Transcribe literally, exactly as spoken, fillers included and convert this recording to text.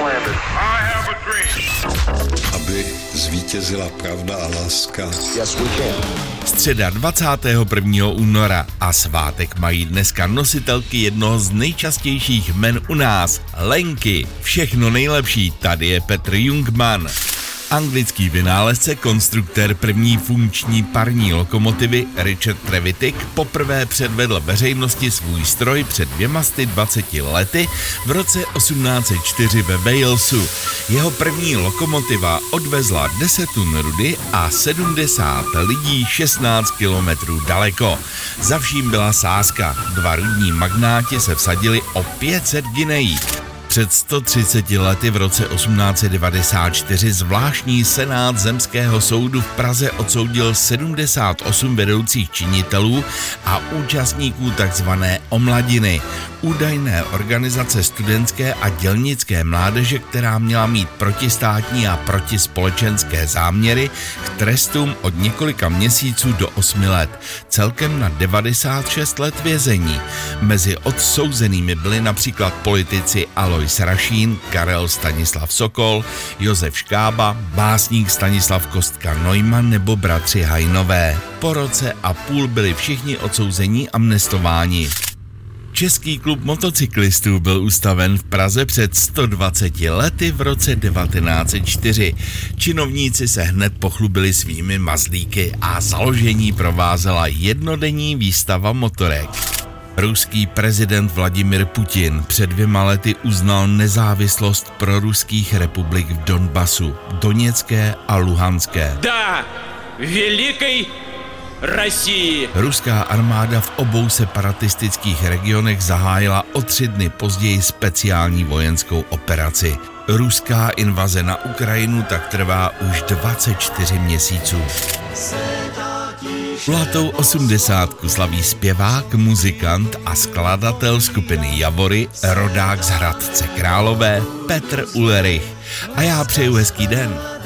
Aby zvítězila pravda a láska. Yes, we can. Středa dvacátého prvního února a svátek mají dneska nositelky jednoho z nejčastějších jmen u nás, Lenky. Všechno nejlepší, tady je Petr Jungmann. Anglický vynálezce, konstruktér první funkční parní lokomotivy Richard Trevithick poprvé předvedl veřejnosti svůj stroj před dvěma sty dvaceti lety v roce osmnáct set čtyři ve Walesu. Jeho první lokomotiva odvezla deset tun rudy a sedmdesát lidí šestnáct kilometrů daleko. Za vším byla sázka. Dva rudní magnáti se vsadili o pět set guineí. Před sto třiceti lety v roce osmnáct set devadesát čtyři zvláštní senát Zemského soudu v Praze odsoudil sedmdesát osm vedoucích činitelů a účastníků takzvané omladiny, údajné organizace studentské a dělnické mládeže, která měla mít protistátní a protispolečenské záměry k trestům od několika měsíců do osmi let, celkem na devadesát šest let vězení. Mezi odsouzenými byli například politici Alois Rašín, Karel Stanislav Sokol, Josef Škába, básník Stanislav Kostka Neumann nebo bratři Hajnové. Po roce a půl byli všichni odsouzení amnestováni. Český klub motocyklistů byl ustaven v Praze před sto dvaceti lety v roce devatenáct set čtyři. Činovníci se hned pochlubili svými mazlíky a založení provázela jednodenní výstava motorek. Ruský prezident Vladimir Putin před dvěma lety uznal nezávislost proruských republik v Donbasu, Doněcké a Luhanské. Da, veliký Rusii. Ruská armáda v obou separatistických regionech zahájila o tři dny později speciální vojenskou operaci. Ruská invaze na Ukrajinu tak trvá už dvacet čtyři měsíců. Zlatou osmdesátku slaví zpěvák, muzikant a skladatel skupiny Javory, rodák z Hradce Králové, Petr Ulrich. A já přeju hezký den.